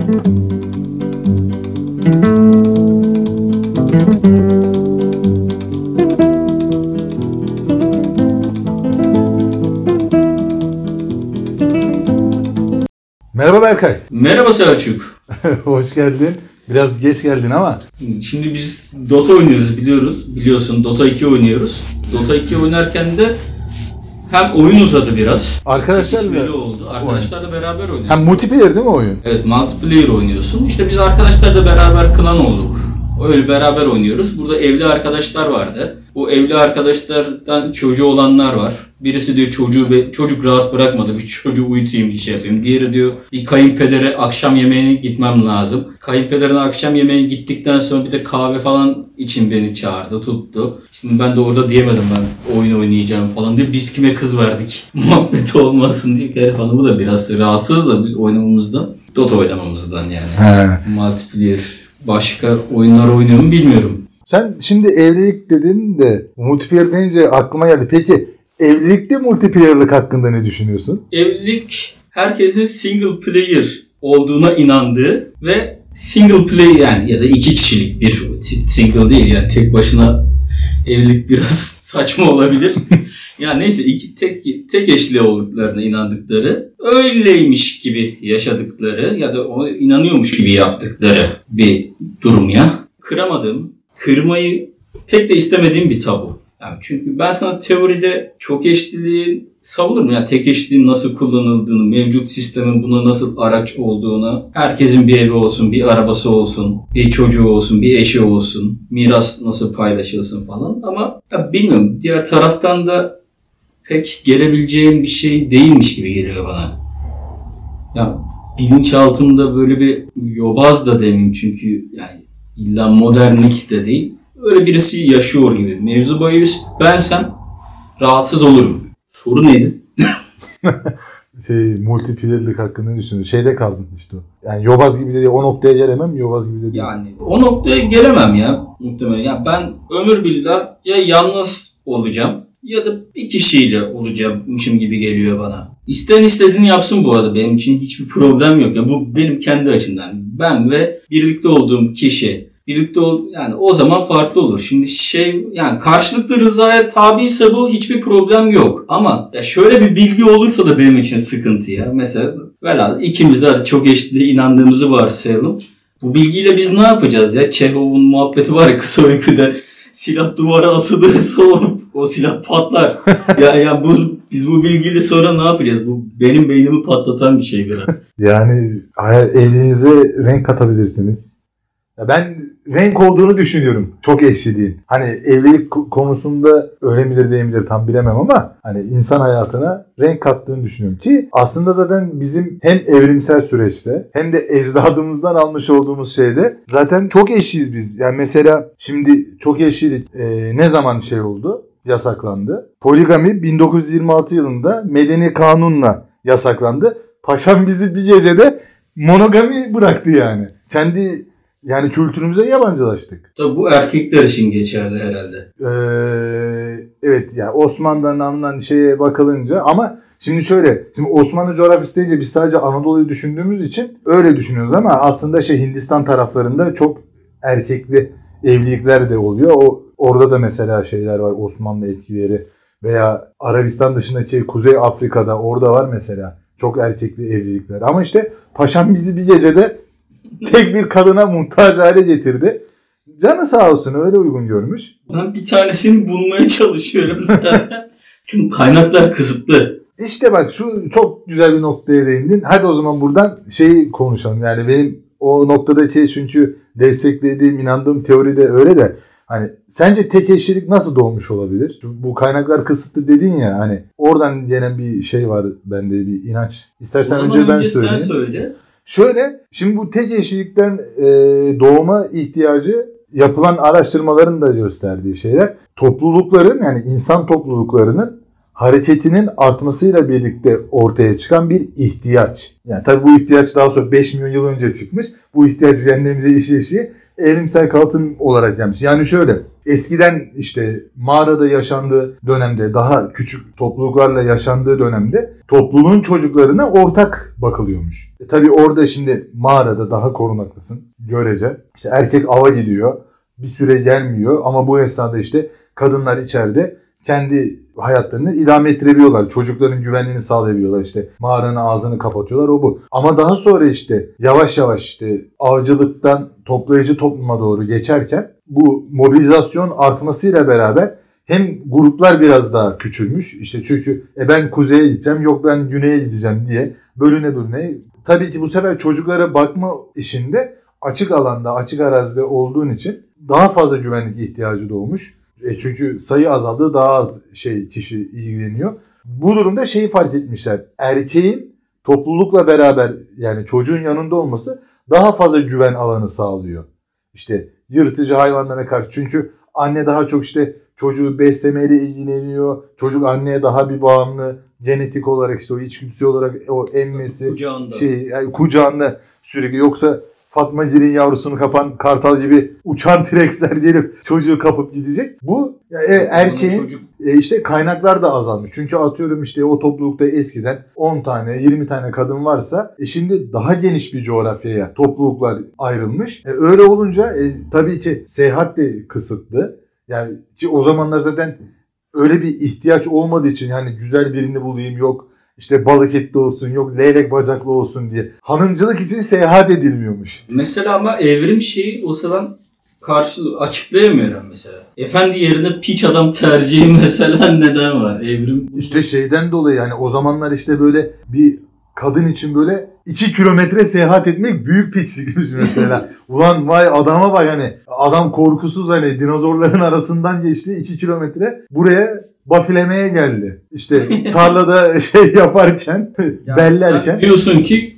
Merhaba Berkay. Merhaba Selçuk. Hoş geldin. Biraz geç geldin ama. Şimdi biz Dota oynuyoruz biliyorsun Dota 2 oynuyoruz. Dota 2 oynarken de hem oyun uzadı biraz. Arkadaşlarla oldu. Arkadaşlarla beraber oynuyoruz. Hem multiplayer değil mi oyun? Evet, multiplayer oynuyorsun. İşte biz arkadaşlarla beraber klan olduk. Öyle beraber oynuyoruz. Burada evli arkadaşlar vardı. Bu evli arkadaşlardan çocuğu olanlar var. Birisi diyor çocuk rahat bırakmadı. Bir çocuğu uyutayım, bir şey yapayım. Diğeri diyor bir kayınpedere akşam yemeğine gitmem lazım. Kayınpederine akşam yemeğine gittikten sonra bir de kahve falan için beni çağırdı, tuttu. Şimdi ben de orada diyemedim ben oyun oynayacağım falan diye. Biz kime kız verdik muhabbeti olmasın diye. Hanımı da biraz rahatsız da biz oynamamızdan. Dota oynamamızdan yani. Multiplayer başka oyunlar oynuyor mu bilmiyorum. Sen şimdi evlilik dedin de multiplayer deyince aklıma geldi. Peki evlilikte multiplayer'lık hakkında ne düşünüyorsun? Evlilik herkesin single player olduğuna inandığı ve single player yani ya da iki kişilik bir single değil yani tek başına evlilik biraz saçma olabilir. Yani neyse tek eşli olduklarına inandıkları, öyleymiş gibi yaşadıkları ya da ona inanıyormuş gibi yaptıkları bir durum ya. Kırmayı pek de istemediğim bir tabu. Yani çünkü ben sana teoride çok eşliliği savunurum. Yani tek eşliliğin nasıl kullanıldığını, mevcut sistemin buna nasıl araç olduğunu, herkesin bir evi olsun, bir arabası olsun, bir çocuğu olsun, bir eşi olsun, miras nasıl paylaşılsın falan. Ama ya bilmiyorum, diğer taraftan da pek gelebileceğim bir şey değilmiş gibi geliyor bana. Ya bilinçaltında böyle bir yobaz da demeyeyim çünkü yani illa modernlik de değil. Öyle birisi yaşıyor gibi. Mevzu bahis bensem rahatsız olurum. Soru neydi? Multiplayer'lık hakkında ne düşünüyorsun? Şeyde kaldın işte o. Yani yobaz gibi de o noktaya gelemem, yobaz gibi de değil. Yani o noktaya gelemem ya muhtemelen. Ya ben ömür billah ya yalnız olacağım ya da bir kişiyle olacağımmışım gibi geliyor bana. İsteyen istediğini yapsın bu arada. Benim için hiçbir problem yok. Ya bu benim kendi açımdan. Ben ve birlikte olduğum kişi yani o zaman farklı olur. Şimdi yani karşılıklı rızaya tabiyse bu hiçbir problem yok. Ama ya şöyle bir bilgi olursa da benim için sıkıntı ya. Mesela ikimiz de hadi çok eşitliğe inandığımızı varsayalım. Bu bilgiyle biz ne yapacağız ya? Çehov'un muhabbeti var ya kısa öyküde. Silah duvara asılırsa o silah patlar. Biz bu bilgiyle sonra ne yapacağız? Bu benim beynimi patlatan bir şey biraz. Yani evliliğinize renk katabilirsiniz. Ya ben renk olduğunu düşünüyorum. Çok eşliliğin. Hani evlilik konusunda öyle midir değil midir tam bilemem ama hani insan hayatına renk kattığını düşünüyorum ki aslında zaten bizim hem evrimsel süreçte hem de ecdadımızdan almış olduğumuz şeyde zaten çok eşliyiz biz. Yani mesela şimdi çok eşlilik ne zaman oldu? Yasaklandı. Poligami 1926 yılında medeni kanunla yasaklandı. Paşam bizi bir gecede monogami bıraktı yani. Yani kültürümüze yabancılaştık. Tabii bu erkekler için geçerli herhalde. Evet yani Osmanlı'dan alınan şeye bakılınca ama şimdi Osmanlı coğrafyası deyince biz sadece Anadolu'yu düşündüğümüz için öyle düşünüyoruz ama aslında Hindistan taraflarında çok erkekli evlilikler de oluyor. Orada da mesela şeyler var, Osmanlı etkileri veya Arabistan dışındaki Kuzey Afrika'da orada var mesela çok erkekli evlilikler. Ama paşam bizi bir gecede tek bir kadına muhtaç hale getirdi. Canı sağ olsun öyle uygun görmüş. Ben bir tanesini bulmaya çalışıyorum zaten. Çünkü kaynaklar kısıtlı. İşte bak şu çok güzel bir noktaya değindin. Hadi o zaman buradan konuşalım. Yani benim o noktadaki çünkü desteklediğim, inandığım teoride öyle de hani sence tek eşlilik nasıl doğmuş olabilir? Bu kaynaklar kısıtlı dedin ya hani oradan gelen bir şey var bende bir inanç. İstersen önce ben söyleyeyim. Sen söyle. Şöyle, şimdi bu tek eşlilikten doğuma ihtiyacı yapılan araştırmaların da gösterdiği şeyler. Toplulukların yani insan topluluklarının hareketinin artmasıyla birlikte ortaya çıkan bir ihtiyaç. Yani tabii bu ihtiyaç daha sonra 5 milyon yıl önce çıkmış. Bu ihtiyaç kendimize işi evrimsel kalıtım olarak gelmiş. Yani şöyle, eskiden işte mağarada yaşandığı dönemde, daha küçük topluluklarla yaşandığı dönemde topluluğun çocuklarına ortak bakılıyormuş. Tabii orada şimdi mağarada daha korunaklısın görece. İşte erkek ava gidiyor, bir süre gelmiyor ama bu esnada işte kadınlar içeride kendi hayatlarını idame ettirebiliyorlar. Çocukların güvenliğini sağlayabiliyorlar. İşte mağaranın ağzını kapatıyorlar, o bu. Ama daha sonra işte yavaş yavaş işte avcılıktan toplayıcı topluma doğru geçerken bu mobilizasyon artmasıyla beraber hem gruplar biraz daha küçülmüş. İşte çünkü ben kuzeye gideceğim, yok ben güneye gideceğim diye bölüne. Tabii ki bu sefer çocuklara bakma işinde açık alanda, açık arazide olduğun için daha fazla güvenlik ihtiyacı doğmuş. Çünkü sayı azaldı, daha az kişi ilgileniyor. Bu durumda şeyi fark etmişler. Erkeğin toplulukla beraber, yani çocuğun yanında olması daha fazla güven alanı sağlıyor. İşte yırtıcı hayvanlara karşı. Çünkü anne daha çok işte çocuğu beslemeyle ilgileniyor. Çocuk anneye daha bir bağımlı. Genetik olarak işte o içgüdüsü olarak o emmesi kucağında sürekli, yoksa Fatma Giri'nin yavrusunu kapan kartal gibi uçan T-Rex'ler gelip çocuğu kapıp gidecek. Bu erkeğin işte kaynaklar da azalmış. Çünkü atıyorum işte o toplulukta eskiden 10 tane 20 tane kadın varsa şimdi daha geniş bir coğrafyaya topluluklar ayrılmış. Öyle olunca tabii ki seyahat de kısıtlı. Yani ki o zamanlar zaten öyle bir ihtiyaç olmadığı için, yani güzel birini bulayım, yok İşte balık etli olsun, yok leylek bacaklı olsun diye. Hanımcılık için seyahat edilmiyormuş. Mesela ama evrim şeyi o zaman açıklayamıyorum mesela. Efendi yerine piç adam tercihi mesela neden var? Evrim İşte şeyden dolayı, yani o zamanlar işte böyle bir kadın için böyle 2 kilometre seyahat etmek büyük piçlikmiş mesela. Ulan vay adama bak, hani adam korkusuz, hani dinozorların arasından geçti 2 kilometre buraya bafilemeye geldi. İşte tarlada yaparken, yani bellerken. Diyorsun ki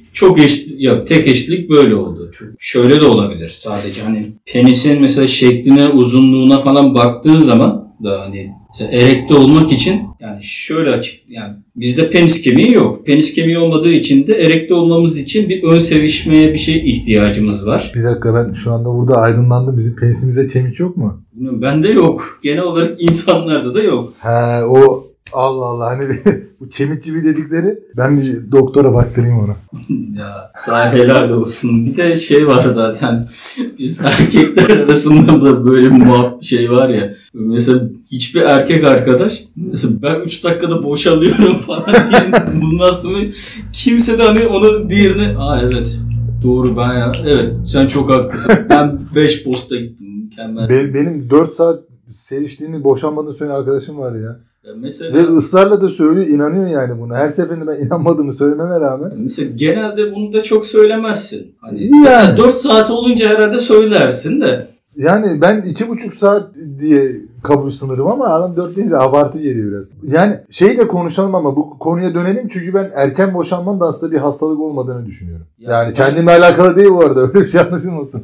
tek eşlilik böyle oldu. Şöyle de olabilir sadece, hani penisin mesela şekline, uzunluğuna falan baktığın zaman da hani mesela erekte olmak için, yani şöyle açık, yani bizde penis kemiği yok. Penis kemiği olmadığı için de erekte olmamız için bir ön sevişmeye bir ihtiyacımız var. Bir dakika, ben şu anda burada aydınlandım. Bizim penisimizde kemik yok mu? Bilmiyorum, bende yok. Genel olarak insanlarda da yok. O Allah Allah, hani bu kemik gibi dedikleri, ben bir doktora baktırayım onu. Ya sana helal olsun. Bir de var zaten, biz erkekler arasında da böyle bir var ya. Mesela hiçbir erkek arkadaş mesela ben 3 dakikada boşalıyorum falan diye bulmaz mı? Kimse de hani onu diğerine evet doğru, evet sen çok haklısın. Ben 5 posta gittim, mükemmel. Benim 4 saat seviştiğini, boşanmadığını söyleyen arkadaşım var ya. Mesela, ve ısrarla da söylüyor, inanıyor yani buna. Her seferinde ben inanmadığımı söylememe rağmen. Mesela genelde bunu da çok söylemezsin. Hani yani 4 saat olunca herhalde söylersin de. Yani ben 2,5 saat diye kabul sınırım ama adam 4 deyince abartı geliyor biraz. Yani de konuşalım ama bu konuya dönelim, çünkü ben erken boşanmanın da aslında bir hastalık olmadığını düşünüyorum. Yani kendimle alakalı değil bu arada, öyle bir şey anlaşılmasın.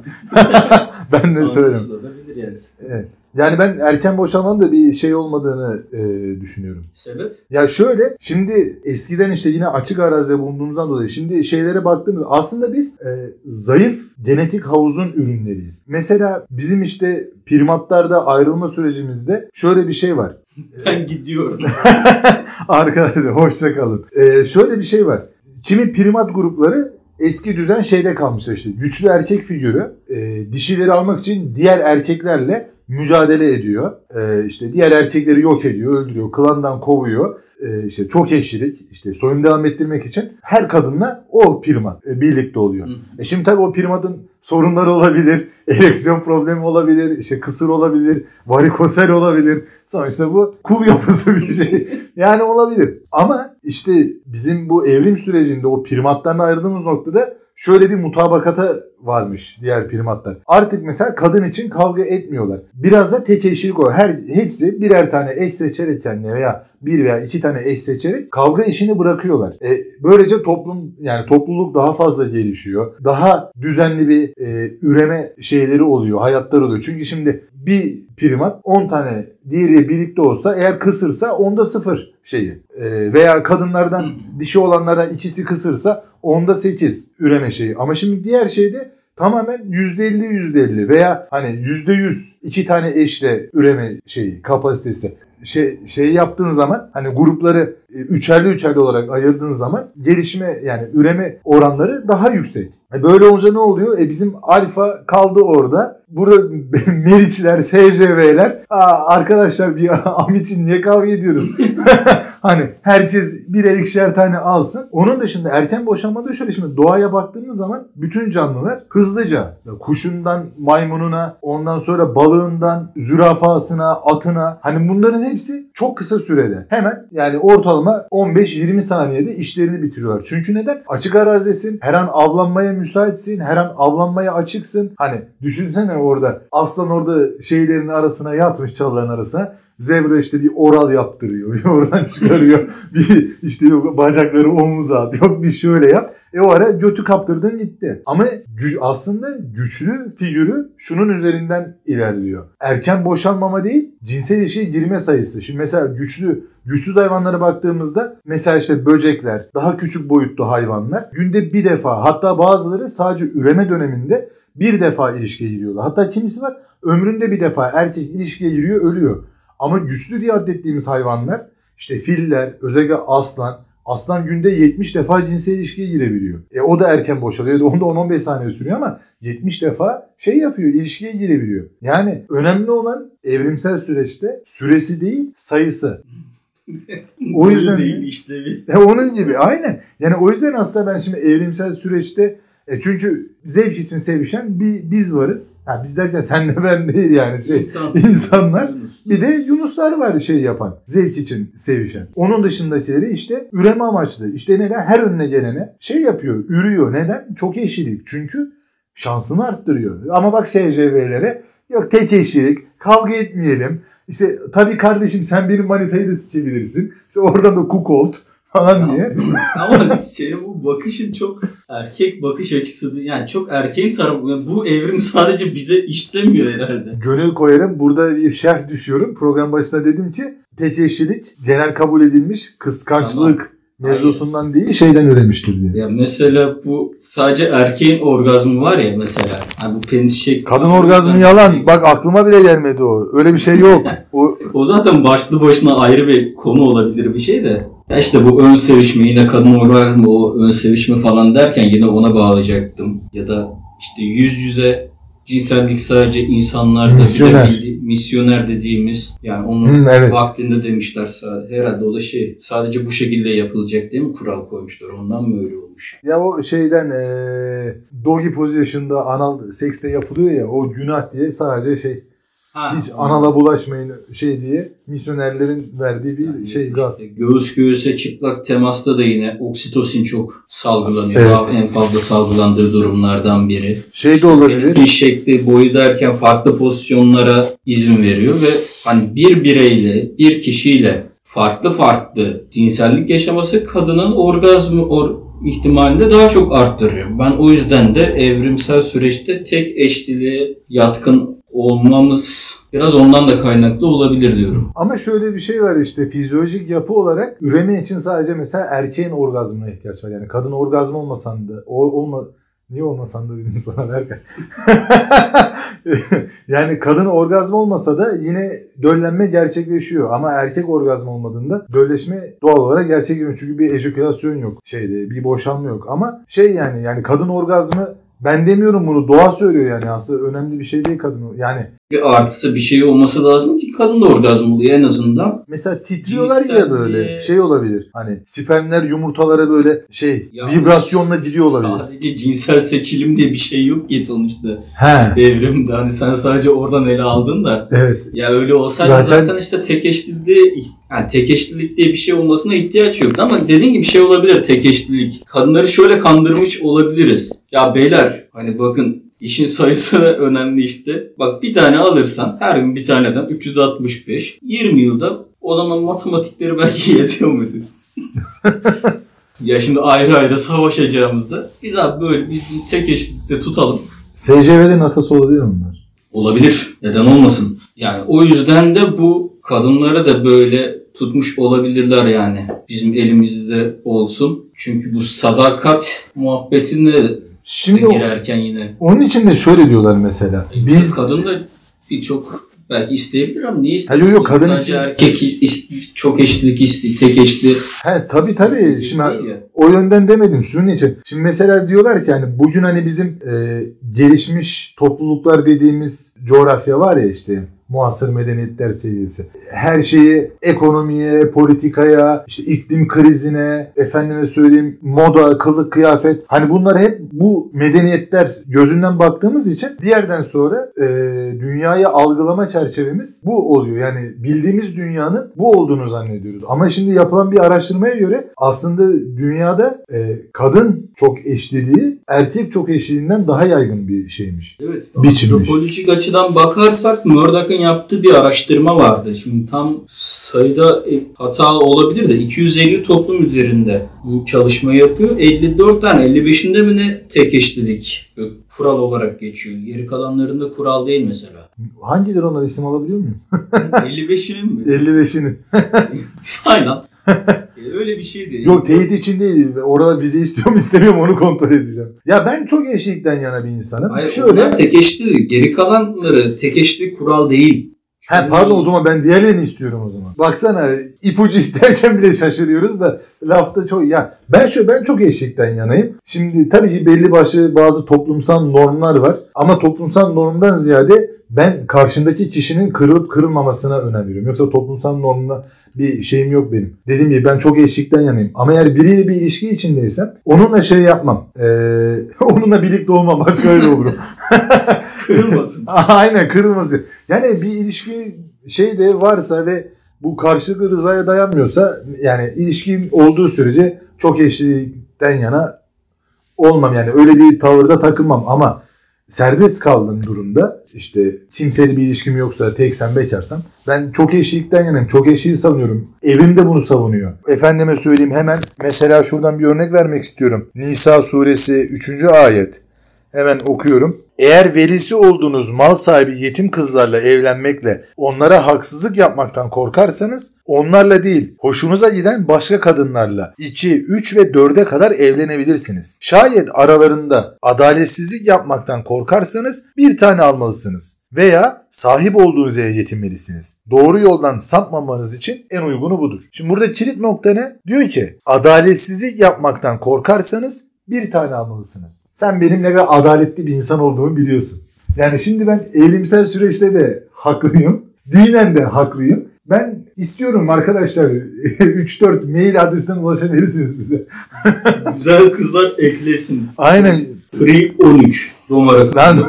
Ben de söyleyeyim. Evet. Yani ben erken boşanmanın da bir olmadığını düşünüyorum. Sebep? Ya şöyle, şimdi eskiden işte yine açık arazide bulunduğumuzdan dolayı şimdi şeylere baktığımızda aslında biz zayıf genetik havuzun ürünleriyiz. Mesela bizim işte primatlarda ayrılma sürecimizde şöyle bir şey var. Ben gidiyorum. Arkadaşlar hoşça kalın. Şöyle bir şey var. Kimi primat grupları eski düzen kalmışlar işte. Güçlü erkek figürü dişileri almak için diğer erkeklerle mücadele ediyor. İşte diğer erkekleri yok ediyor, öldürüyor, klandan kovuyor. İşte çok eşlilik, işte soyunu devam ettirmek için her kadınla o primat birlikte oluyor. Şimdi tabii o primatın sorunları olabilir, ereksiyon problemi olabilir, işte kısır olabilir, varikosel olabilir. Sonuçta bu kul yapısı bir şey. Yani olabilir. Ama işte bizim bu evrim sürecinde o primattan ayrıldığımız noktada şöyle bir mutabakata varmış diğer primatlar. Artık mesela kadın için kavga etmiyorlar. Biraz da tek eşlilik o. Hepsi birer tane eş seçerek kendine veya bir veya iki tane eş seçerek kavga işini bırakıyorlar. Böylece topluluk daha fazla gelişiyor. Daha düzenli bir üreme şeyleri oluyor, hayatları oluyor. Çünkü şimdi bir primat 10 tane diğeriyle birlikte olsa, eğer kısırsa onda 0 veya kadınlardan dişi olanlardan ikisi kısırsa onda 8 üreme şeyi. Ama şimdi diğer tamamen %50 veya hani %100 2 tane eşle üreme kapasitesi. Şey yaptığın zaman hani grupları üçerli olarak ayırdığın zaman gelişme yani üreme oranları daha yüksek. Böyle olunca ne oluyor? Bizim alfa kaldı orada. Burada Meriçler, SCV'ler arkadaşlar bir am için niye kavga ediyoruz? Hani herkes birer ikişer tane alsın. Onun dışında erken boşanmada şöyle şimdi doğaya baktığımız zaman bütün canlılar hızlıca kuşundan maymununa ondan sonra balığından zürafasına atına hani bunların hepsi çok kısa sürede hemen yani ortalama 15-20 saniyede işlerini bitiriyorlar. Çünkü neden? Açık arazisin, her an avlanmaya müsaitsin, her an avlanmaya açıksın. Hani düşünsene orada aslan orada şeylerin arasına yatmış çalıların arasına. Zebra işte bir oral yaptırıyor. Bir oradan çıkarıyor. Bir işte yok bacakları omuza at. Yok bir şöyle yap. O ara götü kaptırdın gitti. Ama aslında güçlü figürü şunun üzerinden ilerliyor. Erken boşanmama değil, cinsel ilişkiye girme sayısı. Şimdi mesela güçsüz hayvanlara baktığımızda mesela işte böcekler, daha küçük boyutlu hayvanlar günde bir defa hatta bazıları sadece üreme döneminde bir defa ilişkiye giriyorlar. Hatta kimisi var ömründe bir defa erkek ilişkiye giriyor ölüyor. Ama güçlü diye adettiğimiz hayvanlar işte filler, özellikle aslan günde 70 defa cinsel ilişkiye girebiliyor. O da erken boşalıyor. Onda 10-15 saniye sürüyor ama 70 defa yapıyor, ilişkiye girebiliyor. Yani önemli olan evrimsel süreçte süresi değil, sayısı. O yüzden değil işlevi. Onun gibi aynen. Yani o yüzden aslında ben şimdi evrimsel süreçte çünkü zevk için sevişen biz varız. Ha, biz derken sen de ben değil yani insanlar. Bir de yunuslar var yapan. Zevk için sevişen. Onun dışındakileri işte üreme amaçlı. İşte neden? Her önüne gelene yapıyor. Ürüyor. Neden? Çok eşlilik. Çünkü şansını arttırıyor. Ama bak SCV'lere yok tek eşlilik. Kavga etmeyelim. İşte tabii kardeşim sen benim manitayı da sikebilirsin. İşte oradan da kukolt falan diye. Ama senin bu bakışın çok erkek bakış açısı. Yani çok erkeğin tarafı. Yani bu evrim sadece bize işlemiyor herhalde. Gönül koyarım. Burada bir şerh düşüyorum. Program başında dedim ki tek eşlilik genel kabul edilmiş kıskançlık mevzusundan değil şeyden üremiştir diye. Ya mesela bu sadece erkeğin orgazmı var ya mesela. Yani bu penis şekli. Kadın orgazmı yalan. Bak aklıma bile gelmedi o. Öyle bir şey yok. O zaten başlı başına ayrı bir konu olabilir bir şey de. Ya işte bu ön sevişme yine kadın orgazmı o ön sevişme falan derken yine ona bağlayacaktım. Ya da işte yüz yüze cinsellik sadece insanlarda misyoner dediğimiz yani onun vaktinde demişler herhalde o da sadece bu şekilde yapılacak değil mi kural koymuşlar ondan mı öyle olmuş? Ya o şeyden doggy pozisyonda anal sekste yapılıyor ya o günah diye sadece hiç anala bulaşmayın diye misyonerlerin verdiği bir yani gaz. İşte göğüs göğüse çıplak temasta da yine oksitosin çok salgılanıyor. Evet. Daha en fazla salgılandığı durumlardan biri. De olabilir. Penisin şekli, boyu derken farklı pozisyonlara izin veriyor ve hani bir bireyle, bir kişiyle farklı cinsellik yaşaması kadının orgazmı ihtimalini de daha çok arttırıyor. Ben o yüzden de evrimsel süreçte tek eşliliğe yatkın olmamız biraz ondan da kaynaklı olabilir diyorum. Ama şöyle bir şey var işte fizyolojik yapı olarak üreme için sadece mesela erkeğin orgazmına ihtiyaç var. Yani kadın orgazm olmasan da niye olmasan da dedim sana derken. Yani kadın orgazm olmasa da yine döllenme gerçekleşiyor. Ama erkek orgazm olmadığında dölleşme doğal olarak gerçekleşiyor. Çünkü bir ejekülasyon yok. Bir boşalma yok. Ama yani kadın orgazmı ben demiyorum bunu. Doğa söylüyor yani. Aslında önemli bir şey değil kadın. Yani bir artısı bir şey olması lazım ki kadın da orgazm oluyor en azından. Mesela titriyorlar ya böyle. Olabilir. Hani spermler yumurtalara böyle vibrasyonla gidiyor olabilir. Sadece cinsel seçilim diye bir şey yok ki sonuçta. Evrimde hani sen sadece oradan ele aldın da. Evet. Ya öyle olsaydı zaten işte tek eşlilik diye bir şey olmasına ihtiyaç yoktu ama dediğin gibi şey olabilir tek eşlilik. Kadınları şöyle kandırmış olabiliriz. Ya beyler hani bakın işin sayısı önemli işte. Bak bir tane alırsan her gün bir taneden 365 20 yılda o zaman matematikleri belki yetiyor muydu? Ya şimdi ayrı savaşacağımızda biz abi böyle bir tek eşlikte tutalım. SCV'den atası olabilir mi bunlar? Olabilir. Neden olmasın? Yani o yüzden de bu kadınları da böyle tutmuş olabilirler yani. Bizim elimizde olsun. Çünkü bu sadakat muhabbetinde Şimdi girerken yine. Onun için de şöyle diyorlar mesela. Biz kadın da birçok belki isteyebilir ama niye isteyebilir? Yok kadın sadece için erkek çok eşitlik tek eşitlik. Tabii. Şimdi o yönden demedim şunun için. Şimdi mesela diyorlar ki hani bugün hani bizim gelişmiş topluluklar dediğimiz coğrafya var ya işte muasır medeniyetler seviyesi. Her şeyi ekonomiye, politikaya, işte iklim krizine, efendime söyleyeyim moda, kılık, kıyafet. Hani bunlar hep bu medeniyetler gözünden baktığımız için bir yerden sonra dünyayı algılama çerçevemiz bu oluyor. Yani bildiğimiz dünyanın bu olduğunu zannediyoruz. Ama şimdi yapılan bir araştırmaya göre aslında dünyada kadın çok eşliliği erkek çok eşliliğinden daha yaygın bir şeymiş. Evet. Antropolojik açıdan bakarsak Murdoch'ın yaptığı bir araştırma vardı. Şimdi tam sayıda hata olabilir de 250 toplum üzerinde bu çalışmayı yapıyor. 54 tane 55'inde mi ne tek eşlilik kural olarak geçiyor. Geri kalanlarında kural değil mesela. Hangileri onlar isim alabiliyor muyum? 55'inin mi? 55'inin. Say lan. Öyle bir şeydi. Yok teyit için değil. Orada vize istiyor mu istemiyor mu onu kontrol edeceğim. Ya ben çok eşitlikten yana bir insanım. Hayır, onlar tek eşitlik. Geri kalanları tek eşitlik kural değil. Pardon o zaman ben diğerlerini istiyorum o zaman. Baksana ipucu isterken bile şaşırıyoruz da lafta çok ya ben çok eşitlikten yanayım. Şimdi tabii ki belli başlı bazı toplumsal normlar var ama toplumsal normdan ziyade ben karşımdaki kişinin kırılıp kırılmamasına önem veriyorum. Yoksa toplumsal normda bir şeyim yok benim. Dediğim gibi ben çok eşitlikten yanayım. Ama eğer biriyle bir ilişki içindeysem onunla şey yapmam. Onunla birlikte olmam. Başka öyle olurum. Kırılmasın. Aynen kırılmasın. Yani bir ilişki şey de varsa ve bu karşılıklı rızaya dayanmıyorsa yani ilişkim olduğu sürece çok eşitlikten yana olmam. Yani öyle bir tavırda takılmam ama serbest kaldığım durumda işte kimseyle bir ilişkim yoksa teksem bekarsam ben çok eşitlikten yanayım. Çok eşitliği savunuyorum. Evim de bunu savunuyor. Efendime söyleyeyim hemen mesela şuradan bir örnek vermek istiyorum. Nisa suresi 3. ayet. Hemen okuyorum. Eğer velisi olduğunuz mal sahibi yetim kızlarla evlenmekle onlara haksızlık yapmaktan korkarsanız onlarla değil hoşunuza giden başka kadınlarla 2, 3 ve 4'e kadar evlenebilirsiniz. Şayet aralarında adaletsizlik yapmaktan korkarsanız bir tane almalısınız veya sahip olduğunuz eve yetinmelisiniz. Doğru yoldan sapmamanız için en uygunu budur. Şimdi burada kilit nokta ne? Diyor ki adaletsizlik yapmaktan korkarsanız bir tane almalısınız. Sen benim ne kadar adaletli bir insan olduğumu biliyorsun. Yani şimdi ben evrimsel süreçte de haklıyım. Dinen de haklıyım. Ben istiyorum arkadaşlar 3-4 mail adresinden ulaşabilirsiniz bize. Güzel kızlar eklesin. Aynen. Free 13. Roma rakamı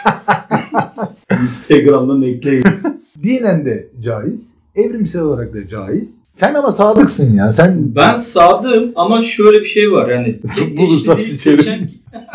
13. Instagram'dan ekleyin. Dinen de caiz. Evrimsel olarak da caiz. Sen ama sadıksın ya. Ben sadığım ama şöyle bir şey var. Yani tek eşliliği seçen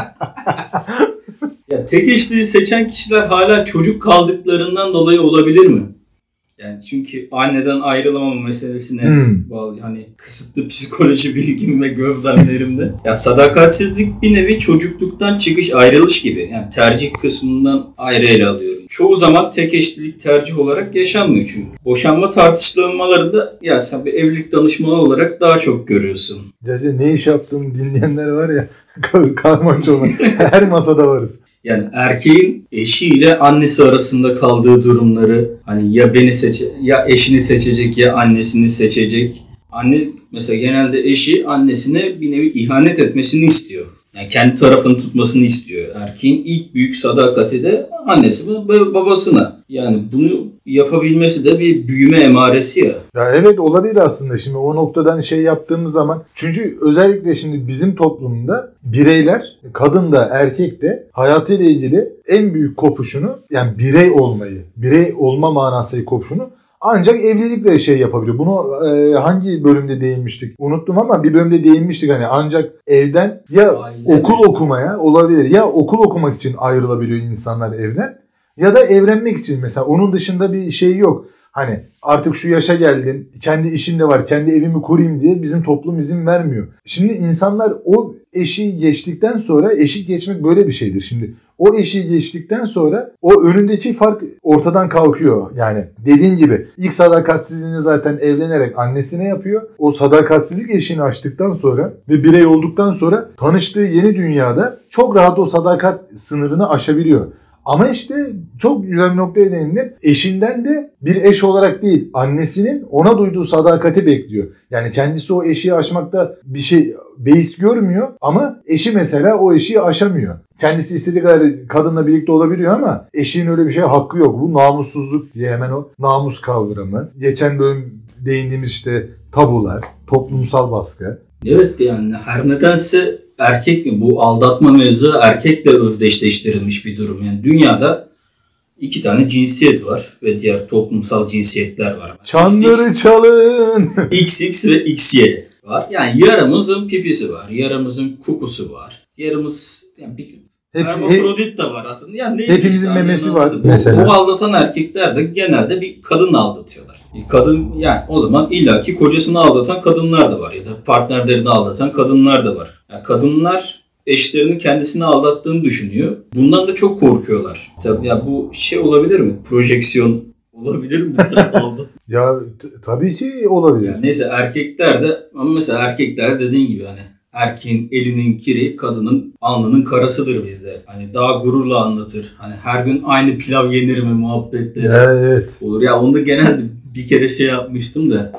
ya tek eşliliği seçen kişiler hala çocuk kaldıklarından dolayı olabilir mi? Yani çünkü anneden ayrılamama meselesine bağlı. Hani kısıtlı psikoloji bilgim ve gözlemlerimde. Ya sadakatsizlik bir nevi çocukluktan çıkış, ayrılış gibi. Yani tercih kısmından ayrı ele alıyorum. Çoğu zaman tek eşlilik tercih olarak yaşanmıyor çünkü. Boşanma tartışmalarında ya sen bir evlilik danışmanı olarak daha çok görüyorsun. Ne iş yaptığımı dinleyenler var ya karmaç olan. Her masada varız. Yani erkeğin eşiyle annesi arasında kaldığı durumları hani ya ya eşini seçecek ya annesini seçecek. Anne mesela genelde eşi annesine bir nevi ihanet etmesini istiyor. Yani kendi tarafını tutmasını istiyor. Erkeğin ilk büyük sadakati de annesi ve babasına. Yani bunu yapabilmesi de bir büyüme emaresi ya. Ya evet olabilir aslında şimdi o noktadan şey yaptığımız zaman. Çünkü özellikle şimdi bizim toplumda bireyler kadın da erkek de hayatıyla ilgili en büyük kopuşunu yani birey olma manası kopuşunu ancak evlilikle şey yapabiliyor. Bunu hangi bölümde değinmiştik? Unuttum ama bir bölümde değinmiştik. Hani ancak evden ya okul okumaya olabilir ya okul okumak için ayrılabiliyor insanlar evden ya da evlenmek için. Mesela onun dışında bir şey yok. Hani artık şu yaşa geldin, kendi işin de var, kendi evimi kurayım diye bizim toplum izin vermiyor. Şimdi insanlar o eşiği geçtikten sonra, eşik geçmek böyle bir şeydir. Şimdi o eşiği geçtikten sonra o önündeki fark ortadan kalkıyor. Yani dediğin gibi ilk sadakatsizliğini zaten evlenerek annesine yapıyor. O sadakatsizlik eşiğini aştıktan sonra ve birey olduktan sonra tanıştığı yeni dünyada çok rahat o sadakat sınırını aşabiliyor. Ama işte çok güzel bir noktaya değindin. Eşinden de bir eş olarak değil, annesinin ona duyduğu sadakati bekliyor. Yani kendisi o eşiği aşmakta bir şey beis görmüyor ama eşi mesela o eşiği aşamıyor. Kendisi istediği kadar kadınla birlikte olabiliyor ama eşinin öyle bir şeye hakkı yok. Bu namussuzluk diye hemen o namus kavramı. Geçen bölüm değindiğimiz işte tabular, toplumsal baskı. Evet yani her nedense erkek bu aldatma mevzu erkekle özdeşleştirilmiş bir durum. Yani dünyada 2 tane cinsiyet var ve diğer toplumsal cinsiyetler var. Çanları çalın. XX ve XY var. Yani yarımızın pipisi var, yarımızın kukusu var. Yarımız yani bir hermafrodit de var aslında. Yani hepimizin memesi var mesela. O aldatan erkekler de genelde bir kadınla aldatıyorlar. Bir kadın yani o zaman illaki kocasını aldatan kadınlar da var ya da partnerlerini aldatan kadınlar da var. Yani kadınlar eşlerinin kendisini aldattığını düşünüyor. Bundan da çok korkuyorlar. Tabii ya bu şey olabilir mi? Projeksiyon olabilir mi? Ya tabii ki olabilir. Yani neyse erkekler de ama mesela erkekler dediğin gibi hani erkeğin elinin kiri kadının alnının karasıdır bizde. Hani daha gururla anlatır. Hani her gün aynı pilav yenir mi muhabbetleri evet. Olur. Ya onu da genelde bir kere şey yapmıştım da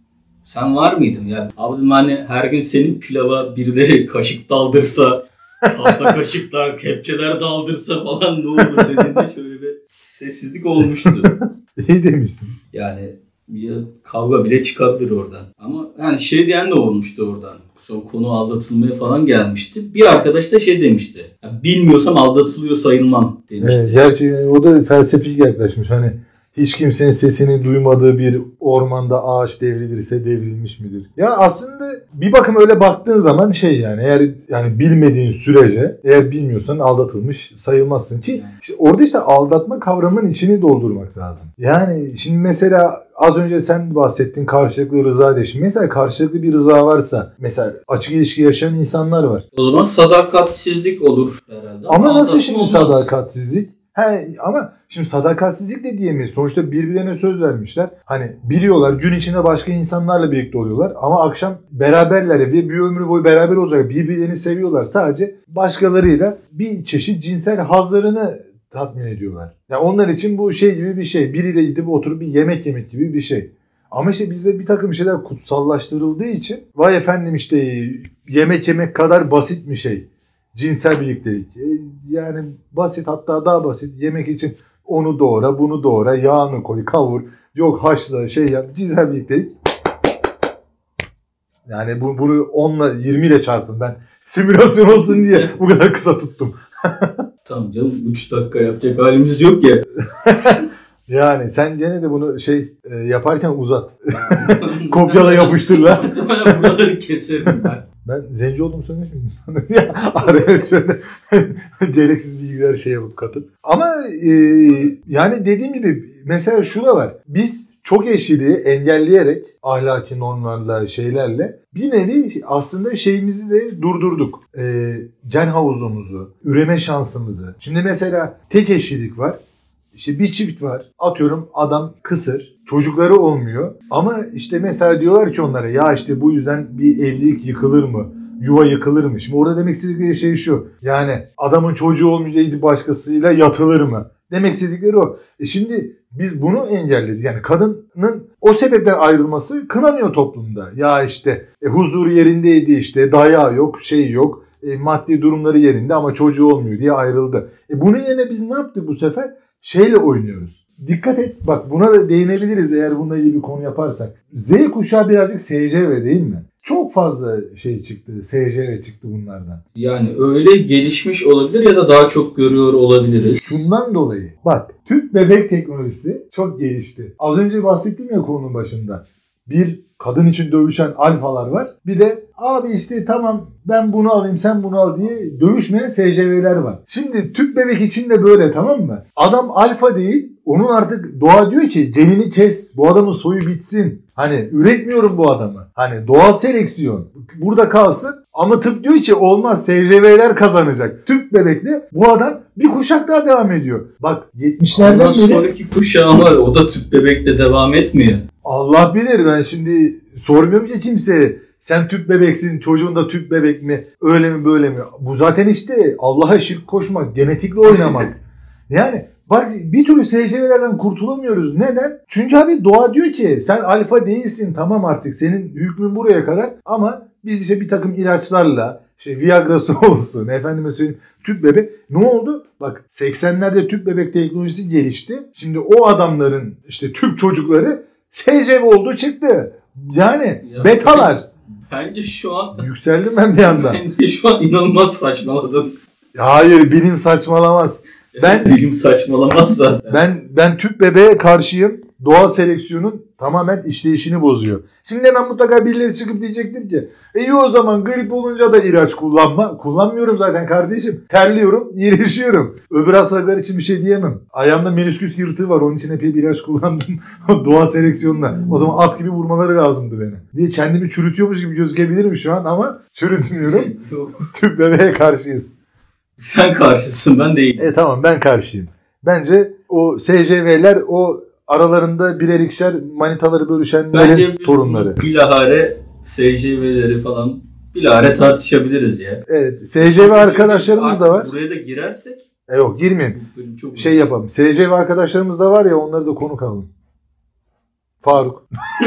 sen var mıydın? Ya abi hani her gün senin pilava birileri kaşık daldırsa tahta kaşıklar, kepçeler daldırsa falan ne olur dediğinde şöyle bir sessizlik olmuştu. İyi demişsin. Yani bir kavga bile çıkabilir oradan. Ama yani şey diyen de olmuştu oradan. Son konu aldatılmaya falan gelmişti. Bir arkadaş da şey demişti. Bilmiyorsam aldatılıyor sayılmam demişti. Evet, gerçekten o da felsefik yaklaşmış. Hani hiç kimsenin sesini duymadığı bir ormanda ağaç devrilirse devrilmiş midir? Ya aslında bir bakım öyle baktığın zaman şey yani eğer yani bilmediğin sürece eğer bilmiyorsan aldatılmış sayılmazsın ki işte orada işte aldatma kavramının içini doldurmak lazım. Yani şimdi mesela az önce sen bahsettin karşılıklı rıza deşim. Mesela karşılıklı bir rıza varsa mesela açık ilişki yaşayan insanlar var. O zaman sadakatsizlik olur herhalde. Ama nasıl şimdi olmaz. Sadakatsizlik? Ama şimdi sadakatsizlik de diyemeyiz. Sonuçta birbirlerine söz vermişler. Hani biliyorlar gün içinde başka insanlarla birlikte oluyorlar. Ama akşam beraberler ve bir ömür boyu beraber olacak. Birbirlerini seviyorlar. Sadece başkalarıyla bir çeşit cinsel hazlarını tatmin ediyorlar. Yani onlar için bu şey gibi bir şey. Biriyle gidip oturup bir yemek yemek gibi bir şey. Ama işte bizde bir takım şeyler kutsallaştırıldığı için vay efendim işte yemek yemek kadar basit bir şey. Cinsel birliktelik. Yani basit hatta daha basit. Yemek için onu doğra, bunu doğra, yağını koy, kavur. Yok haşla şey yap. Cinsel birliktelik. Yani bunu 10'la 20 ile çarpın. Ben simülasyon olsun diye bu kadar kısa tuttum. Tamam canım 3 dakika yapacak halimiz yok ya. Yani sen gene de bunu yaparken uzat. Kopyala yapıştır lan. Buraları keserim ben. Ben zenci olduğumu söylemiş miydim? Araya şöyle gereksiz bilgiler şey yapıp katıp. Ama yani dediğim gibi mesela şu da var. Biz çok eşliliği engelleyerek ahlaki normlarla şeylerle bir nevi aslında şeyimizi de durdurduk. Gen havuzumuzu, üreme şansımızı. Şimdi mesela tek eşlilik var. İşte bir çift var. Atıyorum adam kısır. Çocukları olmuyor. Ama işte mesela diyorlar ki onlara ya işte bu yüzden bir evlilik yıkılır mı? Yuva yıkılır mı? Şimdi orada demek istedikleri şey şu. Yani adamın çocuğu olmayacağıydı başkasıyla yatılır mı? Demek istedikleri o. Şimdi biz bunu engelledik. Yani kadının o sebepten ayrılması kınanıyor toplumda. Ya işte huzuru yerindeydi işte dayağı yok şey yok. Maddi durumları yerinde ama çocuğu olmuyor diye ayrıldı. Bunun yerine biz ne yaptık bu sefer? Şeyle oynuyoruz. Dikkat et bak buna da değinebiliriz eğer bununla ilgili bir konu yaparsak. Z kuşağı birazcık SCV değil mi? Çok fazla şey çıktı. SCV çıktı bunlardan. Yani öyle gelişmiş olabilir ya da daha çok görüyor olabiliriz. Şundan dolayı bak tüp bebek teknolojisi çok gelişti. Az önce bahsettim ya konunun başında. Bir kadın için dövüşen alfalar var. Bir de abi işte tamam ben bunu alayım sen bunu al diye dövüşmeyen SCV'ler var. Şimdi tüp bebek için de böyle tamam mı? Adam alfa değil onun artık doğa diyor ki genini kes, bu adamın soyu bitsin. Hani üretmiyorum bu adamı. Hani doğal seleksiyon. Burada kalsın. Ama tıp diyor ki olmaz, SCV'ler kazanacak. Tüp bebekle bu adam bir kuşak daha devam ediyor. Bak 70'lerden Ondan beri. sonraki kuşağı var. O da tüp bebekle devam etmiyor. Allah bilir, ben şimdi sormuyorum ki kimseye. Sen tüp bebeksin, çocuğun da tüp bebek mi? Öyle mi böyle mi? Bu zaten işte Allah'a şirk koşmak, genetikle oynamak. Yani bak bir türlü SCV'lerden kurtulamıyoruz. Neden? Çünkü abi doğa diyor ki sen alfa değilsin, tamam artık senin hükmün buraya kadar ama biz işte bir takım ilaçlarla işte Viagra'sı olsun, efendime söyleyeyim tüp bebek. Ne oldu? Bak 80'lerde tüp bebek teknolojisi gelişti. Şimdi o adamların işte tüp çocukları SCV oldu çıktı. Yani ya, betalar. Bence şu an yükseldim ben bir anda. Bence şu an inanılmaz saçmaladın. Hayır, bilim saçmalamaz. Bilim saçmalamaz zaten. Ben tüp bebeğe karşıyım. Doğal seleksiyonun tamamen işleyişini bozuyor. Şimdi hemen mutlaka birileri çıkıp diyecektir ki iyi o zaman grip olunca da ilaç kullanma. Kullanmıyorum zaten kardeşim. Terliyorum, iyileşiyorum. Öbür hastalıklar için bir şey diyemem. Ayağımda menisküs yırtığı var. Onun için epey bir ilaç kullandım. Doğal seleksiyonla. O zaman at gibi vurmaları lazımdı beni. Diye kendimi çürütüyormuş gibi gözükebilirim şu an ama çürütmüyorum. Tüp bebeğe karşıyız. Sen karşısın, ben değilim. Tamam, ben karşıyım. Bence o SCV'ler o aralarında birer ikişer manitaları bölüşenlerin torunları. Bilahare SCV'leri falan bilahare tartışabiliriz ya. Evet. SCV arkadaşlarımız da var. Buraya da girersek. Yok, girmeyelim. Şey yapalım. SCV arkadaşlarımız da var ya, onları da konuk alalım. Faruk.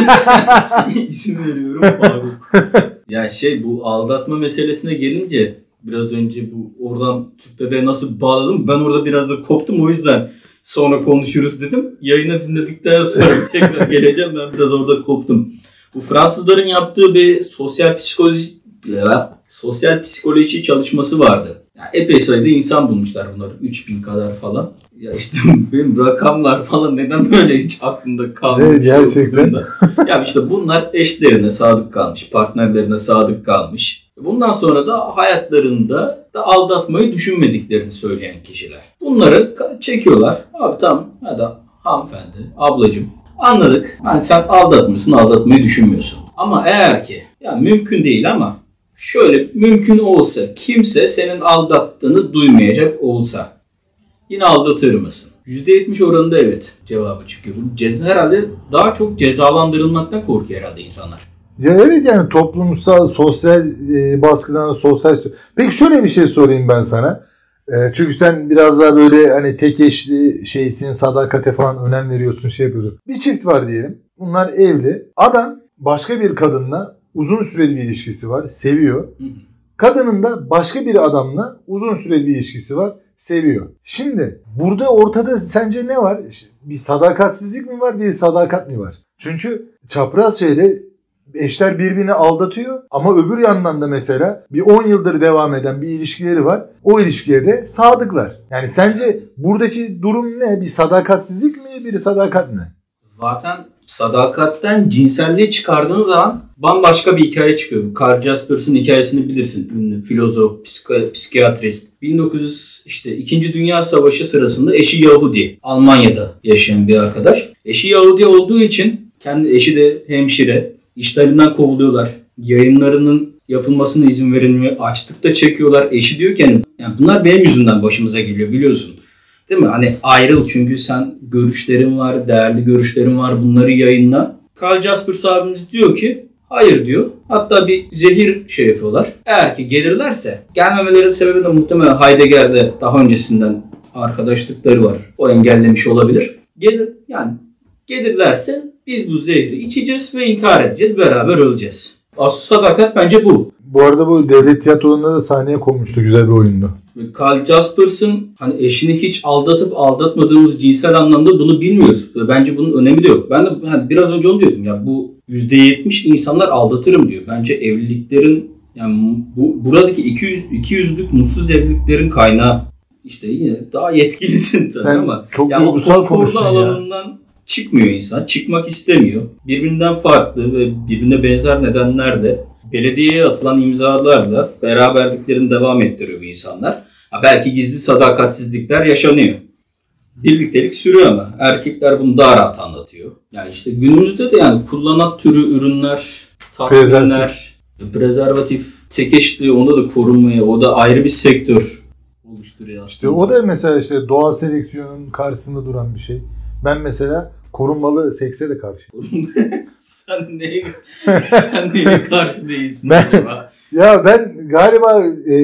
İsim veriyorum, Faruk. Ya bu aldatma meselesine gelince biraz önce bu oradan tüp bebeğe nasıl bağladım, ben orada biraz da koptum, o yüzden sonra konuşuruz dedim. Yayını dinledikten sonra tekrar geleceğim, ben biraz orada koptum. Bu Fransızların yaptığı bir sosyal psikoloji çalışması vardı. Yani epey sayıda insan bulmuşlar bunları, 3000 kadar falan. Ya işte benim rakamlar falan neden böyle hiç aklımda kalmıyor? Evet, gerçekten. Ya işte bunlar eşlerine sadık kalmış, partnerlerine sadık kalmış. Bundan sonra da hayatlarında da aldatmayı düşünmediklerini söyleyen kişiler. Bunları çekiyorlar. Abi tamam, hadi hanımefendi, ablacığım, anladık. Hani sen aldatmıyorsun, aldatmayı düşünmüyorsun. Ama eğer ki ya mümkün değil ama şöyle mümkün olsa, kimse senin aldattığını duymayacak olsa yine aldatır mısın? %70 oranında evet cevabı çıkıyor. Herhalde daha çok cezalandırılmaktan korkuyor herhalde insanlar. Ya evet, yani toplumsal, sosyal baskıdan, sosyal... Peki şöyle bir şey sorayım ben sana. Çünkü sen biraz daha böyle hani tek eşli şeysin, sadakate falan önem veriyorsun, şey yapıyorsun. Bir çift var diyelim. Bunlar evli. Adam başka bir kadınla uzun süreli bir ilişkisi var, seviyor. Kadının da başka bir adamla uzun süreli bir ilişkisi var, seviyor. Şimdi burada ortada sence ne var? Bir sadakatsizlik mi var, bir sadakat mi var? Çünkü çapraz şeyle eşler birbirini aldatıyor ama öbür yandan da mesela bir 10 yıldır devam eden bir ilişkileri var. O ilişkiye de sadıklar. Yani sence buradaki durum ne? Bir sadakatsizlik mi, bir sadakat mi? Zaten sadakatten cinselliği çıkardığın zaman bambaşka bir hikaye çıkıyor. Karl Jaspers'ın hikayesini bilirsin. Ünlü filozof, psikiyatrist. 2. Dünya Savaşı sırasında eşi Yahudi. Almanya'da yaşayan bir arkadaş. Eşi Yahudi olduğu için kendi eşi de hemşire. İşlerinden kovuluyorlar. Yayınlarının yapılmasına izin verilmiyor. Açlıkta çekiyorlar. Eşi diyor ki yani bunlar benim yüzümden başımıza geliyor, biliyorsun. Değil mi? Hani ayrıl, çünkü sen görüşlerin var, değerli görüşlerin var, bunları yayınla. Karl Jaspers abimiz diyor ki hayır diyor. Hatta bir zehir yapıyorlar. Eğer ki gelirlerse, gelmemelerinin sebebi de muhtemelen Heidegger'de daha öncesinden arkadaşlıkları var. O engellemiş olabilir. Gelirlerse biz bu zehri içeceğiz ve intihar edeceğiz. Beraber öleceğiz. Asıl sadakat bence bu. Bu arada bu devlet tiyatrolarında da sahneye konmuştu. Güzel bir oyundu. Karl Jaspers'ın hani eşini hiç aldatıp aldatmadığımız cinsel anlamda bunu bilmiyoruz. Ve bence bunun önemi de yok. Ben de biraz önce onu diyordum. Ya bu %70 insanlar aldatırım diyor. Bence evliliklerin, yani buradaki 200'lük mutsuz evliliklerin kaynağı işte yine daha yetkilisin tabii ama çok duygusal konuştun ya. Alanından çıkmıyor insan. Çıkmak istemiyor. Birbirinden farklı ve birbirine benzer nedenlerle belediyeye atılan imzalarla beraberliklerini devam ettiriyor bu insanlar. Belki gizli sadakatsizlikler yaşanıyor. birliktelik sürüyor ama erkekler bunu daha rahat anlatıyor. Yani işte günümüzde de yani kullanat türü ürünler, tatminler, prezervatif, tek eşitliği onda da korunmaya, o da ayrı bir sektör oluşturuyor aslında. İşte o da mesela işte doğal seleksiyonun karşısında duran bir şey. Ben mesela korunmalı sekse de karşıyım. Sen neye karşı değilsin acaba? Ya ben galiba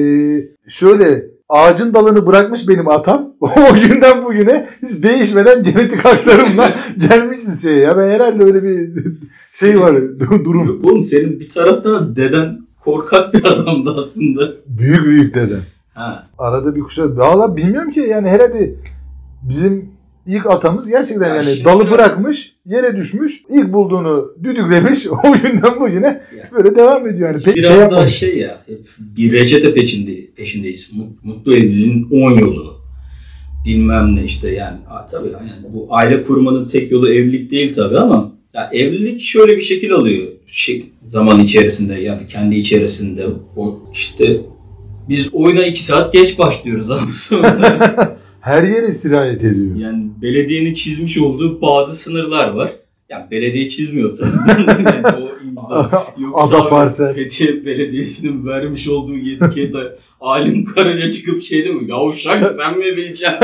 şöyle ağacın dalını bırakmış benim atam. O günden bugüne hiç değişmeden genetik aktarımla gelmişiz şeye ya. Ben herhalde öyle bir şey var, durum. Yok oğlum, senin bir taraftan deden korkak bir adamdı aslında. Büyük dede. Ha. Arada bir kuşa. Valla bilmiyorum ki yani herhalde bizim ilk atamız gerçekten Ya yani dalı bırakmış, yere düşmüş, ilk bulduğunu düdüklemiş. O günden bugüne ya böyle devam ediyor yani. Biraz daha şey ya, hep bir reçete peşindeyiz. Mutlu evliliğin 10 yolu. Bilmem ne işte yani. Tabii yani bu aile kurmanın tek yolu evlilik değil tabii ama ya evlilik şöyle bir şekil alıyor. Zaman içerisinde yani kendi içerisinde o işte biz oyuna 2 saat geç başlıyoruz abi sonra. Her yere sirayet ediyor. Yani belediyenin çizmiş olduğu bazı sınırlar var. Yani belediye çizmiyor tabii. Yani o imza. Yoksa Fethiye Belediyesi'nin vermiş olduğu yetkiye de Alim Karaca çıkıp şey değil mi? Yavşak sen mi bileceksin?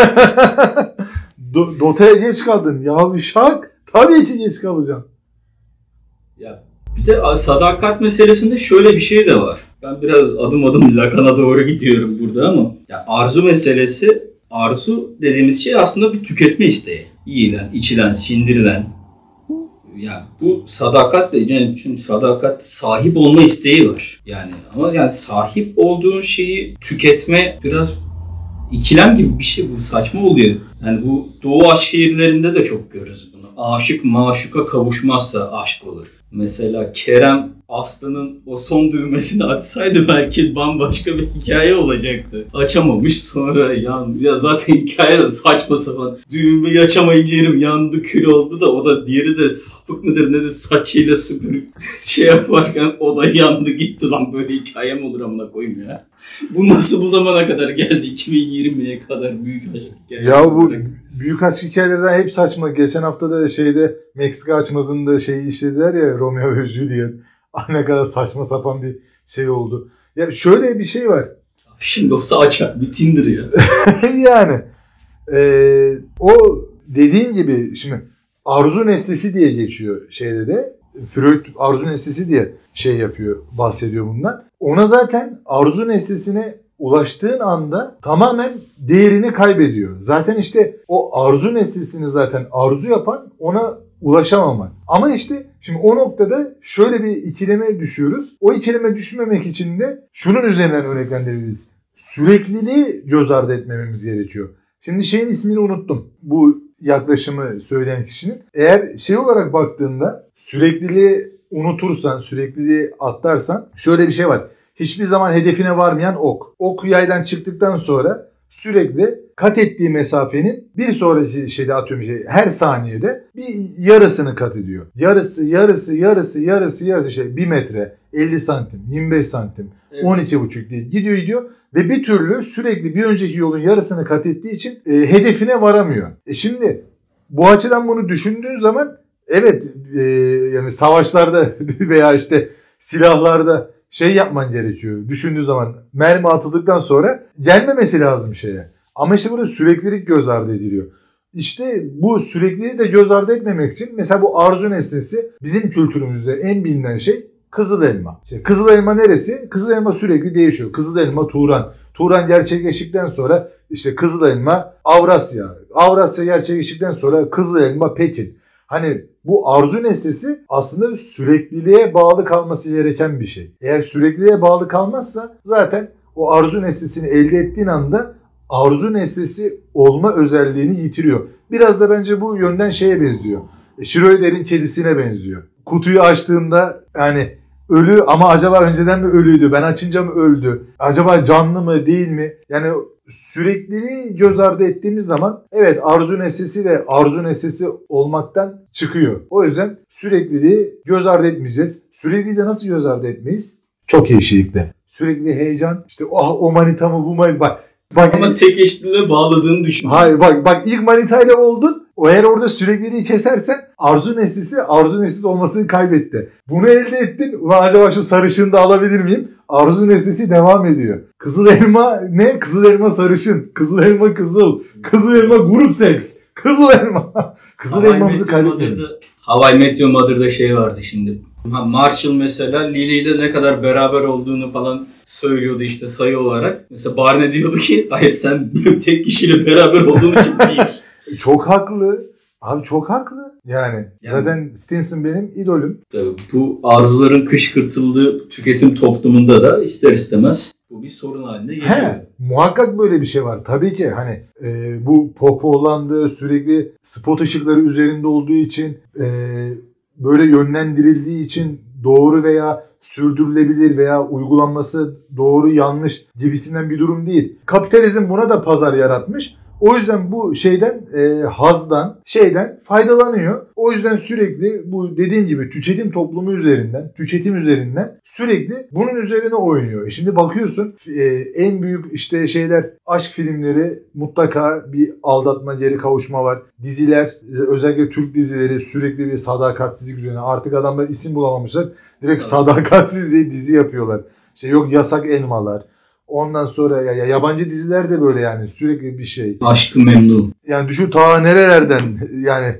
Dota'ya geç kaldın. Yavşak. Tabii ki geç kalacağım. Ya bir de sadakat meselesinde şöyle bir şey de var. Ben biraz adım adım Lacan'a doğru gidiyorum burada ama ya arzu meselesi, arzu dediğimiz şey aslında bir tüketme isteği. Yiyilen, içilen, sindirilen. Yani bu sadakat de, yani çünkü sadakat sahip olma isteği var. Yani ama yani sahip olduğun şeyi tüketme biraz ikilem gibi bir şey, bu saçma oluyor. Yani bu Doğu aşk şiirlerinde de çok görürüz bunu. Aşık maşuka kavuşmazsa aşk olur. Mesela Kerem Aslı'nın o son düğmesini açsaydı belki bambaşka bir hikaye olacaktı. Açamamış, sonra yandı. Ya zaten hikaye de saçma sapan. Düğmeyi açamayınca yerim yandı, kül oldu da o da diğeri de sapık mıdır ne de saçıyla süpürüp şey yaparken o da yandı gitti lan, böyle hikaye mi olur amına koyayım ya. Bu nasıl bu zamana kadar geldi, 2020'ye kadar büyük aşk hikayeleri. Ya bu büyük aşk hikayelerden hep saçma. Geçen hafta da Meksika açmazında işlediler ya, Romeo ve Juliet. Ne kadar saçma sapan bir şey oldu. Ya şöyle bir şey var. Şimdi olsa açar bir Tinder ya. Yani o dediğin gibi şimdi arzu nesnesi diye geçiyor şeyde de. Freud arzu nesnesi diye bahsediyor bundan. Ona zaten arzu nesnesine ulaştığın anda tamamen değerini kaybediyor. Zaten işte o arzu nesnesini zaten arzu yapan ona ulaşamamak. Ama işte şimdi o noktada şöyle bir ikileme düşüyoruz. O ikileme düşmemek için de şunun üzerinden örneklendirebiliriz. Sürekliliği göz ardı etmememiz gerekiyor. Şimdi ismini unuttum. Bu yaklaşımı söyleyen kişinin. Eğer olarak baktığında sürekliliği unutursan, sürekliliği atlarsan şöyle bir şey var. Hiçbir zaman hedefine varmayan ok. Ok yaydan çıktıktan sonra sürekli kat ettiği mesafenin bir sonraki her saniyede bir yarısını kat ediyor. Yarısı 1 metre, 50 santim, 25 santim, evet. 12,5 diye gidiyor ve bir türlü sürekli bir önceki yolun yarısını kat ettiği için hedefine varamıyor. Şimdi bu açıdan bunu düşündüğün zaman evet yani savaşlarda veya silahlarda yapman gerekiyor. Düşündüğü zaman mermi atıldıktan sonra gelmemesi lazım şeye. Ama burada süreklilik göz ardı ediliyor. İşte bu sürekliliği de göz ardı etmemek için mesela bu arzu nesnesi bizim kültürümüzde en bilinen şey kızıl elma. Kızıl elma neresi? Kızıl elma sürekli değişiyor. Kızıl elma Turan. Turan gerçekleştikten sonra kızıl elma Avrasya. Avrasya gerçekleştikten sonra kızıl elma Pekin. Hani bu arzu nesnesi aslında sürekliliğe bağlı kalması gereken bir şey. Eğer sürekliliğe bağlı kalmazsa zaten o arzu nesnesini elde ettiğin anda arzu nesnesi olma özelliğini yitiriyor. Biraz da bence bu yönden benziyor. Schrödinger'in kedisine benziyor. Kutuyu açtığında yani ölü ama acaba önceden mi ölüydü? Ben açınca mı öldü? Acaba canlı mı değil mi? Yani sürekliliği göz ardı ettiğimiz zaman evet arzu nesnesi de arzu nesnesi olmaktan çıkıyor. O yüzden sürekliliği göz ardı etmeyeceğiz. Sürekliliği de nasıl göz ardı etmeyiz? Çok yeşillikte. Sürekli heyecan. O manita mı bu manita. Bak Bak, Ama tek eşliliğe bağladığını düşün. hayır bak ilk manitayla oldun. O eğer orada sürekliliği kesersen arzu nesnesi olmasını kaybetti. Bunu elde ettin. Ulan acaba şu sarışını da alabilir miyim? Arzu nesnesi devam ediyor. Kızıl elma ne? Kızıl elma sarışın. Kızıl elma kızıl. Kızıl elma grup seks. Kızıl elma. Kızıl elmamızı kaybettik. How I Met Your Mother'da şey vardı şimdi. Marshall mesela Lily ile ne kadar beraber olduğunu falan söylüyordu işte sayı olarak. Mesela Barney diyordu ki hayır sen tek kişiyle beraber olduğun için değil. Çok haklı. Abi çok haklı. Yani zaten Stinson benim idolüm. Tabii bu arzuların kışkırtıldığı tüketim toplumunda da ister istemez bu bir sorun haline geliyor. Muhakkak böyle bir şey var. Tabii ki hani bu pohpohlandığı sürekli spot ışıkları üzerinde olduğu için böyle yönlendirildiği için doğru veya sürdürülebilir veya uygulanması doğru yanlış gibisinden bir durum değil. Kapitalizm buna da pazar yaratmış. O yüzden bu hazdan faydalanıyor. O yüzden sürekli bu dediğin gibi tüketim üzerinden sürekli bunun üzerine oynuyor. Şimdi bakıyorsun en büyük aşk filmleri mutlaka bir aldatma, geri kavuşma var. Diziler, özellikle Türk dizileri sürekli bir sadakatsizlik üzerine. Artık adamlar isim bulamamışlar. Direkt sadakatsiz diye dizi yapıyorlar. Yok yasak elmalar. Ondan sonra yabancı diziler de böyle yani sürekli bir şey. Aşk-ı Memnu. Yani düşün ta nerelerden yani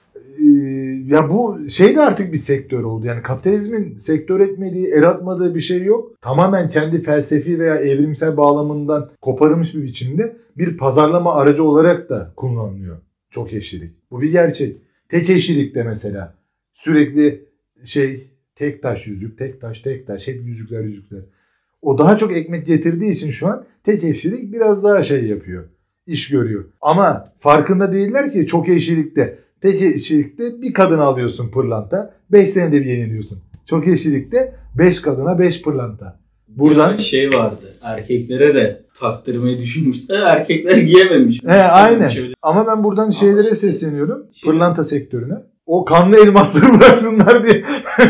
ya bu de artık bir sektör oldu. Yani kapitalizmin sektör etmediği, el atmadığı bir şey yok. Tamamen kendi felsefi veya evrimsel bağlamından koparılmış bir biçimde bir pazarlama aracı olarak da kullanılıyor. Çok eşlilik. Bu bir gerçek. Tek eşlilikte mesela sürekli tek taş yüzük, tek taş hep yüzükler. O daha çok ekmek getirdiği için şu an tek eşlilik biraz daha yapıyor. İş görüyor. Ama farkında değiller ki çok eşlilikte, tek eşlilikte bir kadın alıyorsun pırlanta. 5 senede bir yeniliyorsun. Çok eşlilikte 5 kadına 5 pırlanta. Buradan vardı. Erkeklere de taktırmayı düşünmüşler. Erkekler giyememiş. Aynen. Ama ben buradan sesleniyorum. Pırlanta sektörüne. O kanlı elmasları bıraksınlar diye.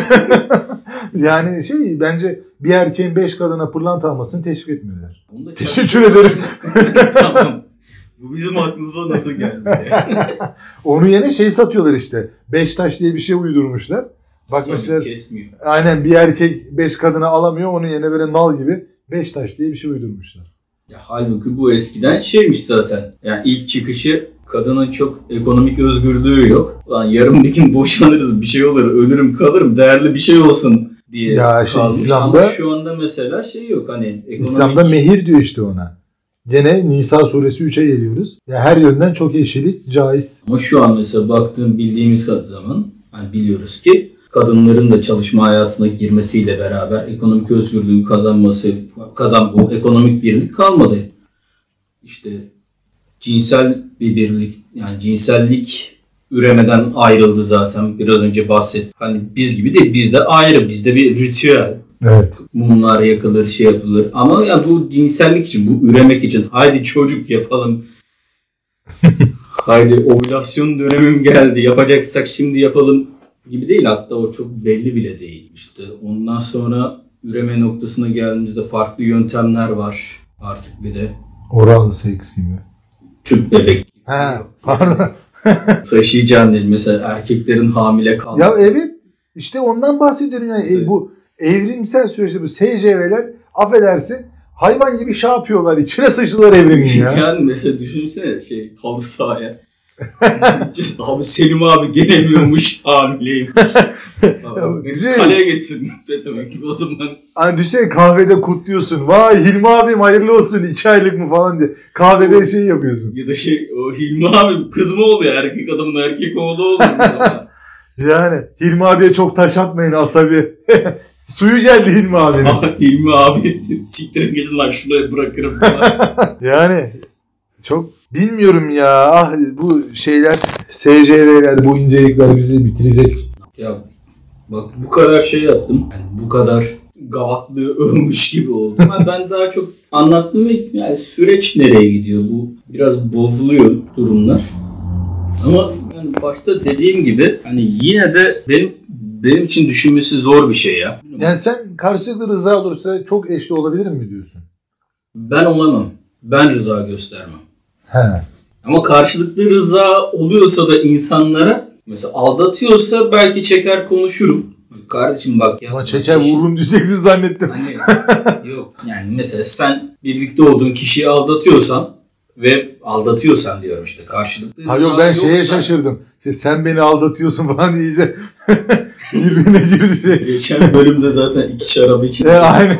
Yani bence bir erkeğin 5 kadına pırlanta almasını teşvik etmiyorlar. Teşekkür ederim. Tamam. Bu bizim aklımıza nasıl geldi? Onun yerine satıyorlar işte. 5 taş diye bir şey uydurmuşlar. Bakmışlar. Kesmiyor. Aynen bir erkek 5 kadına alamıyor. Onun yerine böyle nal gibi 5 taş diye bir şey uydurmuşlar. Ya halbuki bu eskiden zaten. Yani ilk çıkışı kadının çok ekonomik özgürlüğü yok. Lan yarın bir gün boşanırız bir şey olur ölürüm kalırım değerli bir şey olsun diye kalmış. İslam'da, ama şu anda mesela yok hani ekonomik... İslam'da mehir diyor ona. Gene Nisa suresi 3'e geliyoruz. Ya her yönden çok eşitlik caiz. Ama şu an mesela bildiğimiz zaman hani biliyoruz ki kadınların da çalışma hayatına girmesiyle beraber ekonomik özgürlüğü bu ekonomik birlik kalmadı. İşte cinsel bir birlik yani cinsellik üremeden ayrıldı zaten biraz önce bahsettim. Hani biz gibi değil bizde ayrı bizde bir ritüel. Evet. Mumlar yakılır yapılır ama ya bu cinsellik için bu üremek için haydi çocuk yapalım. Haydi ovülasyon dönemim geldi yapacaksak şimdi yapalım gibi değil hatta o çok belli bile değil. İşte ondan sonra üreme noktasına geldiğimizde farklı yöntemler var artık bir de. Oral seks gibi. Tüp bebek gibi. Pardon. Taşıyacağın değil mesela erkeklerin hamile kalması. Ya evet işte ondan bahsediyorum yani bu evrimsel süreçte bu SCV'ler affedersin hayvan gibi yapıyorlar içine sıçtılar evrimin ya. Yani mesela düşünsene halı sahaya. Abi Selim abi gelemiyormuş hamileymiş. Kaleye geçsin. Demek o zaman. Hani düşünsene kahvede kutluyorsun. Vay Hilmi abim hayırlı olsun 2 aylık mı falan diye. Kahvede yapıyorsun. Ya da o Hilmi abi kız mı oluyor? Erkek adamın erkek oğlu oluyor. Yani Hilmi abiye çok taş atmayın asabi. Suyu geldi Hilmi abinin. Hilmi abi siktirin gidin lan şuraya bırakırım falan. Yani çok bilmiyorum ya. Bu SCV'ler, bu incelikler bizi bitirecek. Ya bak bu kadar yaptım. Yani bu kadar gavatlığı övmüş gibi oldum. Ben daha çok anlattım ve yani süreç nereye gidiyor? Bu biraz bozuluyor durumlar. Ama yani başta dediğim gibi hani yine de benim için düşünmesi zor bir şey ya. Yani sen karşılıklı rıza olursa çok eşli olabilir mi diyorsun? Ben olamam. ben rıza göstermem. He. Ama karşılıklı rıza oluyorsa da insanlara, mesela aldatıyorsa belki çeker konuşurum. Kardeşim bak ya. Ama çeker vururum diyeceksin zannettim. Hani yok yani mesela sen birlikte olduğun kişiyi aldatıyorsan ve aldatıyorsan diyorum işte karşılıklı Ha yok ben şeye şaşırdım. İşte sen beni aldatıyorsun falan diyeceğim. Birbirine girecek. Geçen bölümde zaten 2 şarabı için. Aynen.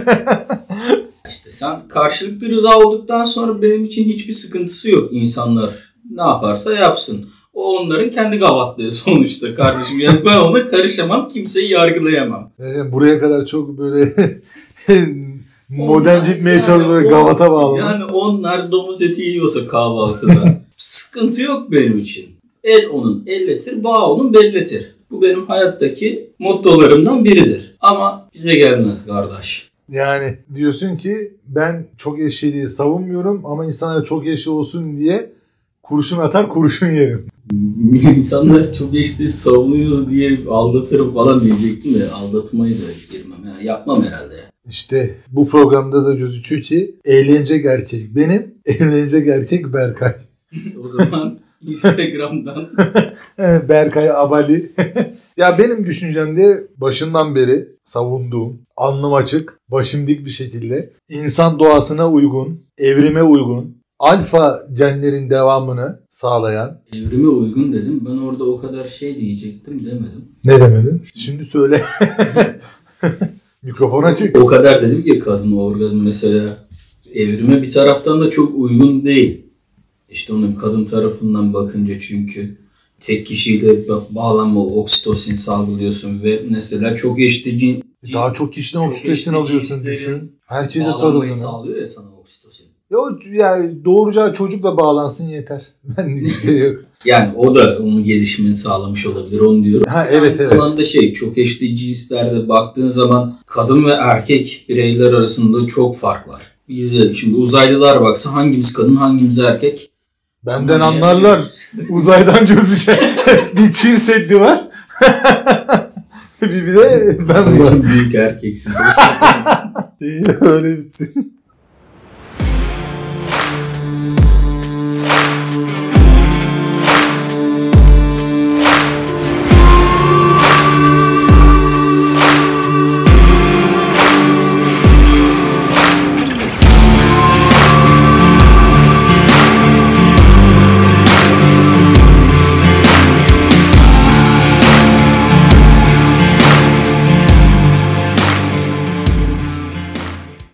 İşte sen karşılıklı rıza olduktan sonra benim için hiçbir sıkıntısı yok. İnsanlar ne yaparsa yapsın. O onların kendi gavatlığı sonuçta kardeşim. Yani ben ona karışamam, kimseyi yargılayamam. Buraya kadar çok böyle modern gitmeye çalışıyor, gavata bağlı. Yani onlar domuz eti yiyorsa kahvaltıda sıkıntı yok benim için. El onun elletir, bağ onun belletir. Bu benim hayattaki mottolarımdan biridir. Ama bize gelmez kardeş. Yani diyorsun ki ben çok eşliliği savunmuyorum ama insanlar çok eşli olsun diye kurşun atar kurşun yerim. İnsanlar çok eşli savunuyor diye aldatırım falan diyecektim de aldatmayı da girmem. Yani yapmam herhalde. İşte bu programda da gözüküyor ki eğlenecek erkek benim, eğlenecek erkek Berkay. O zaman Instagram'dan Berkay Abali. Ya benim düşüncemde başından beri savunduğum, alnım açık, başım dik bir şekilde insan doğasına uygun, evrime uygun, alfa genlerin devamını sağlayan. Evrime uygun dedim. Ben orada o kadar şey diyecektim demedim. Ne demedin? Şimdi söyle. Mikrofon açık. O kadar dedim ki kadın orgazm mesela evrime bir taraftan da çok uygun değil. İşte onun kadın tarafından bakınca çünkü tek kişiyle bağlanma, oksitosin salgılıyorsun ve mesela çok eşli daha çok kişiden oksitosin alıyorsun düşün. Herkese bağlanmayı sarıldığını. sağlıyor ya sana oksitosin. Yok yani doğuracağı çocukla bağlansın yeter. Ben bir şey yok. Yani o da onun gelişimini sağlamış olabilir onu diyorum. Ha evet Aynı zamanda çok eşli cinslerde baktığın zaman kadın ve erkek bireyler arasında çok fark var. Bizde şimdi uzaylılar baksa hangimiz kadın hangimiz erkek? Benden anlarlar. Uzaydan gözüken bir Çin Seddi var. bir de ben var. Büyük erkeksin. İyi öyle bitsin.